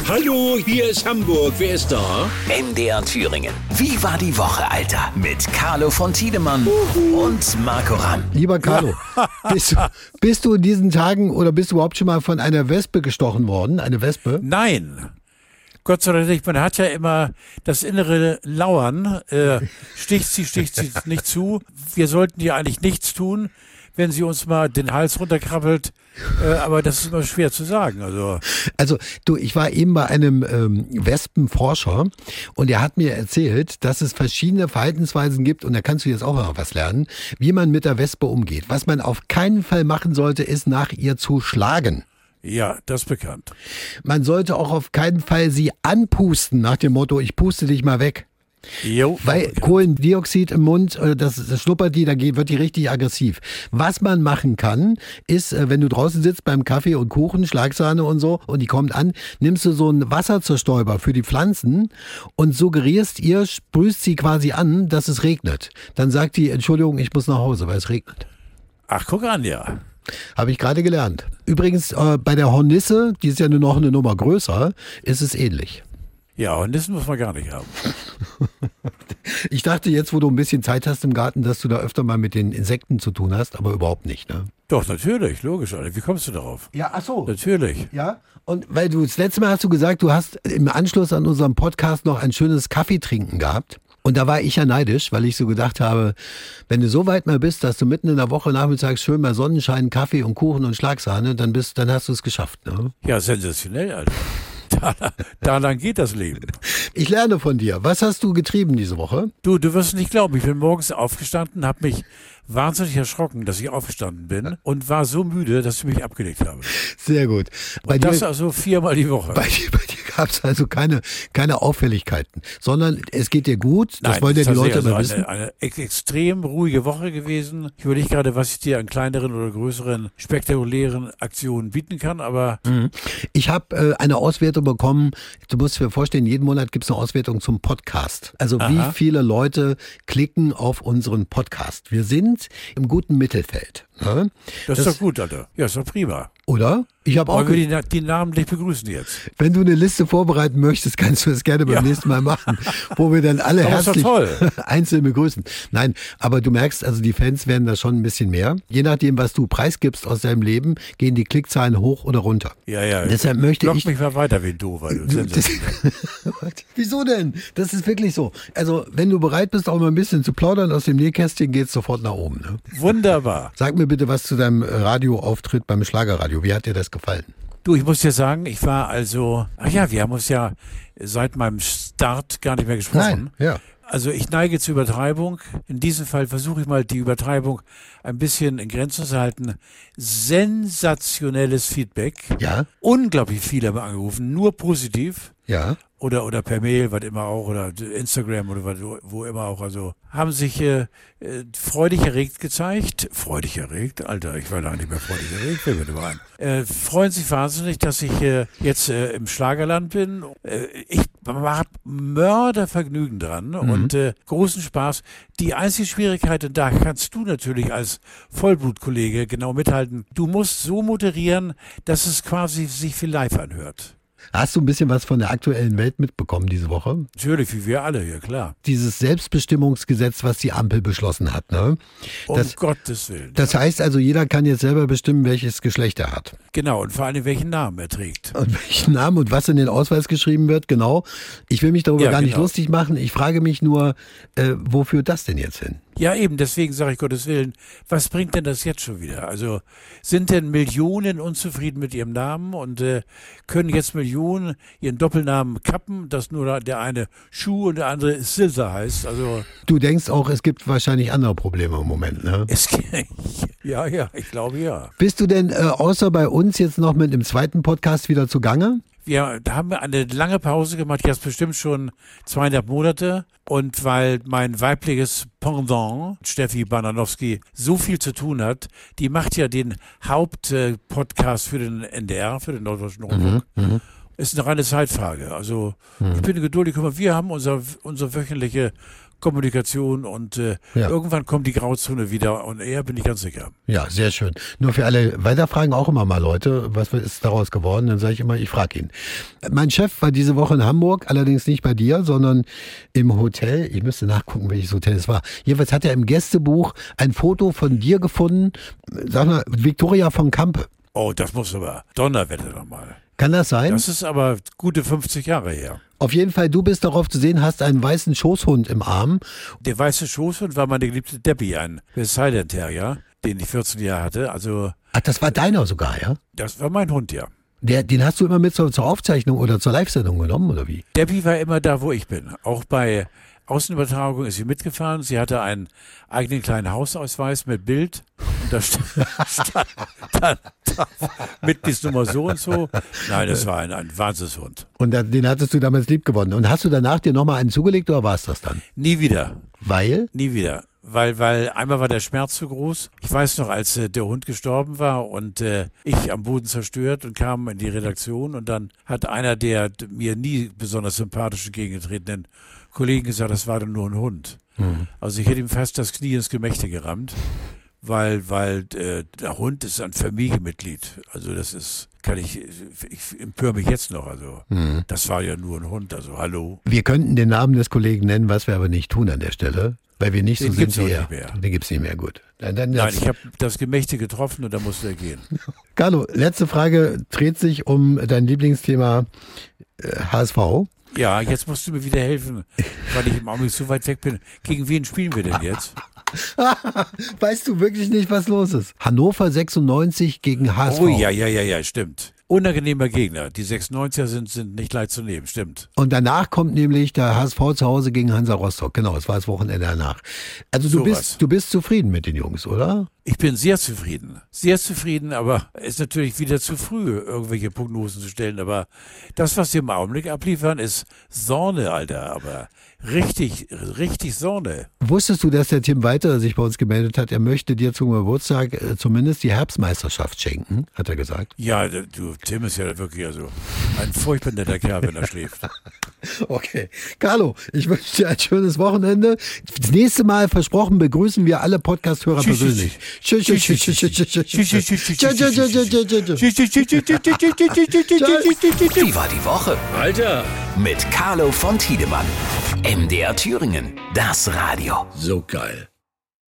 Hallo, hier ist Hamburg. Wer ist da? MDR Thüringen. Wie war die Woche, Alter? Mit Carlo von Tiedemann und Marco Ramm. Lieber Carlo, bist du in diesen Tagen oder bist du überhaupt schon mal von einer Wespe gestochen worden? Eine Wespe? Nein. Gott sei Dank nicht. Man hat ja immer das innere Lauern. Sticht sie nicht zu. Wir sollten ja eigentlich nichts tun, wenn sie uns mal den Hals runterkrabbelt. Aber das ist immer schwer zu sagen. Also du, ich war eben bei einem Wespenforscher und er hat mir erzählt, dass es verschiedene Verhaltensweisen gibt, und da kannst du jetzt auch mal was lernen, wie man mit der Wespe umgeht. Was man auf keinen Fall machen sollte, ist nach ihr zu schlagen. Ja, das ist bekannt. Man sollte auch auf keinen Fall sie anpusten, nach dem Motto, ich puste dich mal weg. Jo, weil Kohlendioxid im Mund, das schnuppert die, wird die richtig aggressiv. Was man machen kann, ist, wenn du draußen sitzt beim Kaffee und Kuchen, Schlagsahne und so, und die kommt an, nimmst du so einen Wasserzerstäuber für die Pflanzen und suggerierst ihr, sprühst sie quasi an, dass es regnet. Dann sagt die, Entschuldigung, ich muss nach Hause, weil es regnet. Ach, guck an, ja. Habe ich gerade gelernt. Übrigens, bei der Hornisse, die ist ja nur noch eine Nummer größer, ist es ähnlich. Ja, Hornissen muss man gar nicht haben. Ich dachte jetzt, wo du ein bisschen Zeit hast im Garten, dass du da öfter mal mit den Insekten zu tun hast, aber überhaupt nicht, ne? Doch, natürlich, logisch. Wie kommst du darauf? Ja, ach so. Natürlich. Ja, und weil du das letzte Mal hast du gesagt, du hast im Anschluss an unserem Podcast noch ein schönes Kaffeetrinken gehabt. Und da war ich ja neidisch, weil ich so gedacht habe, wenn du so weit mal bist, dass du mitten in der Woche nachmittags schön bei Sonnenschein, Kaffee und Kuchen und Schlagsahne, dann hast du es geschafft, ne? Ja, sensationell, Alter. Daran geht das Leben. Ich lerne von dir. Was hast du getrieben diese Woche? Du wirst nicht glauben, ich bin morgens aufgestanden, habe mich wahnsinnig erschrocken, dass ich aufgestanden bin und war so müde, dass ich mich abgelegt habe. Sehr gut. Und das also 4-mal die Woche. Bei dir gab es also keine Auffälligkeiten, sondern es geht dir gut. Das wollen ja die Leute immer wissen. Eine extrem ruhige Woche gewesen. Ich überlege gerade, was ich dir an kleineren oder größeren, spektakulären Aktionen bieten kann, aber... Ich habe eine Auswertung bekommen. Du musst dir vorstellen, jeden Monat gibt es eine Auswertung zum Podcast. Also wie viele Leute klicken auf unseren Podcast. Wir sind im guten Mittelfeld. Ne? Das ist doch gut, Alter. Ja, ist doch prima. Oder? Ich habe auch. Wollen wir die namentlich begrüßen jetzt? Wenn du eine Liste vorbereiten möchtest, kannst du das gerne beim nächsten Mal machen, wo wir dann alle herzlich einzeln begrüßen. Nein, aber du merkst, also die Fans werden da schon ein bisschen mehr. Je nachdem, was du preisgibst aus deinem Leben, gehen die Klickzahlen hoch oder runter. Ja. Deshalb möchte Lock mich mal weiter wie du, weil du Wieso denn? Das ist wirklich so. Also, wenn du bereit bist, auch mal ein bisschen zu plaudern aus dem Nähkästchen, geht's sofort nach oben. Ne? Wunderbar. Sag mir bitte was zu deinem Radioauftritt beim Schlagerradio. Wie hat dir das gefallen? Du, ich muss dir sagen, wir haben uns ja seit meinem Start gar nicht mehr gesprochen. Nein, ja. Also ich neige zur Übertreibung. In diesem Fall versuche ich mal die Übertreibung ein bisschen in Grenzen zu halten. Sensationelles Feedback. Ja. Unglaublich viele haben angerufen, nur positiv. Ja. Oder per Mail, was immer auch, oder Instagram oder wo immer auch. Also haben sich freudig erregt gezeigt. Freudig erregt? Alter, ich war da nicht mehr freudig erregt. Wer wird überein? Freuen sich wahnsinnig, dass ich jetzt im Schlagerland bin. Ich habe Mördervergnügen dran und großen Spaß. Die einzige Schwierigkeit, und da kannst du natürlich als Vollblutkollege genau mithalten, du musst so moderieren, dass es quasi sich wie live anhört. Hast du ein bisschen was von der aktuellen Welt mitbekommen diese Woche? Natürlich, wie wir alle hier, klar. Dieses Selbstbestimmungsgesetz, was die Ampel beschlossen hat, ne? Um Gottes Willen. Das heißt also, jeder kann jetzt selber bestimmen, welches Geschlecht er hat. Genau, und vor allem welchen Namen er trägt. Und welchen Namen und was in den Ausweis geschrieben wird, genau. Ich will mich darüber gar nicht lustig machen. Ich frage mich nur, wo führt das denn jetzt hin? Ja, eben, deswegen sage ich Gottes Willen, was bringt denn das jetzt schon wieder? Also sind denn Millionen unzufrieden mit ihrem Namen und können jetzt Millionen ihren Doppelnamen kappen, dass nur der eine Schuh und der andere Silsa heißt? Also du denkst auch, es gibt wahrscheinlich andere Probleme im Moment, ne? Ja, ich glaube ja. Bist du denn außer bei uns jetzt noch mit dem zweiten Podcast wieder zugange? Da haben wir eine lange Pause gemacht, jetzt bestimmt schon 2,5 Monate. Und weil mein weibliches Pendant, Steffi Bananowski, so viel zu tun hat, die macht ja den Hauptpodcast für den NDR, für den Norddeutschen Rundfunk. Ist noch eine Zeitfrage. Also ich bin geduldig. Wir haben unsere wöchentliche Kommunikation und irgendwann kommt die Grauzone wieder und eher bin ich ganz sicher. Ja, sehr schön. Nur für alle Weiterfragen auch immer mal Leute, was ist daraus geworden? Dann sage ich immer, ich frage ihn. Mein Chef war diese Woche in Hamburg, allerdings nicht bei dir, sondern im Hotel. Ich müsste nachgucken, welches Hotel es war. Jedenfalls hat er im Gästebuch ein Foto von dir gefunden. Sag mal, Victoria von Campe. Oh, das muss aber Donnerwetter nochmal. Kann das sein? Das ist aber gute 50 Jahre her. Auf jeden Fall, du bist darauf zu sehen, hast einen weißen Schoßhund im Arm. Der weiße Schoßhund war meine geliebte Debbie, ein Silent Terrier, den ich 14 Jahre hatte. Also, Ach, das war deiner sogar, ja? das war mein Hund, ja. Den hast du immer mit zur Aufzeichnung oder zur Live-Sendung genommen, oder wie? Debbie war immer da, wo ich bin. Auch bei Außenübertragung ist sie mitgefahren. Sie hatte einen eigenen kleinen Hausausweis mit Bild. Und da stand dann Mitgliedsnummer so und so. Nein, das war ein Wahnsinnshund. Und den hattest du damals lieb gewonnen. Und hast du danach dir nochmal einen zugelegt oder war es das dann? Nie wieder. Weil? Nie wieder. Weil einmal war der Schmerz zu groß. Ich weiß noch, als der Hund gestorben war und ich am Boden zerstört und kam in die Redaktion und dann hat einer der mir nie besonders sympathisch entgegentretenden Kollegen gesagt, das war doch nur ein Hund. Mhm. Also ich hätte ihm fast das Knie ins Gemächte gerammt, weil der Hund ist ein Familienmitglied. Also das ist, ich empöre mich jetzt noch. Also das war ja nur ein Hund. Also hallo. Wir könnten den Namen des Kollegen nennen, was wir aber nicht tun an der Stelle. Weil wir nicht so sind wie er. Den gibt's nicht mehr, gut. Nein, ich habe das Gemächte getroffen und da musste er gehen. Carlo, letzte Frage dreht sich um dein Lieblingsthema HSV. Ja, jetzt musst du mir wieder helfen, weil ich im Augenblick so weit weg bin. Gegen wen spielen wir denn jetzt? Weißt du wirklich nicht, was los ist? Hannover 96 gegen HSV. Oh ja, stimmt. Unangenehmer Gegner. Die 96er sind nicht leicht zu nehmen, stimmt. Und danach kommt nämlich der HSV zu Hause gegen Hansa Rostock. Genau, das war das Wochenende danach. Also du bist zufrieden mit den Jungs, oder? Ich bin sehr zufrieden. Sehr zufrieden, aber es ist natürlich wieder zu früh, irgendwelche Prognosen zu stellen. Aber das, was wir im Augenblick abliefern, ist Sorne, Alter. Aber richtig Sorne. Wusstest du, dass der Tim Walter sich bei uns gemeldet hat? Er möchte dir zum Geburtstag zumindest die Herbstmeisterschaft schenken, hat er gesagt. Ja, du, Tim ist ja wirklich ein furchtbar netter Kerl, wenn er schläft. Okay. Carlo, ich wünsche dir ein schönes Wochenende. Das nächste Mal, versprochen, begrüßen wir alle Podcast-Hörer persönlich. Tschüss. Wie war die Woche? Alter, Mit Carlo von Tiedemann. MDR Thüringen, das Radio. so geil.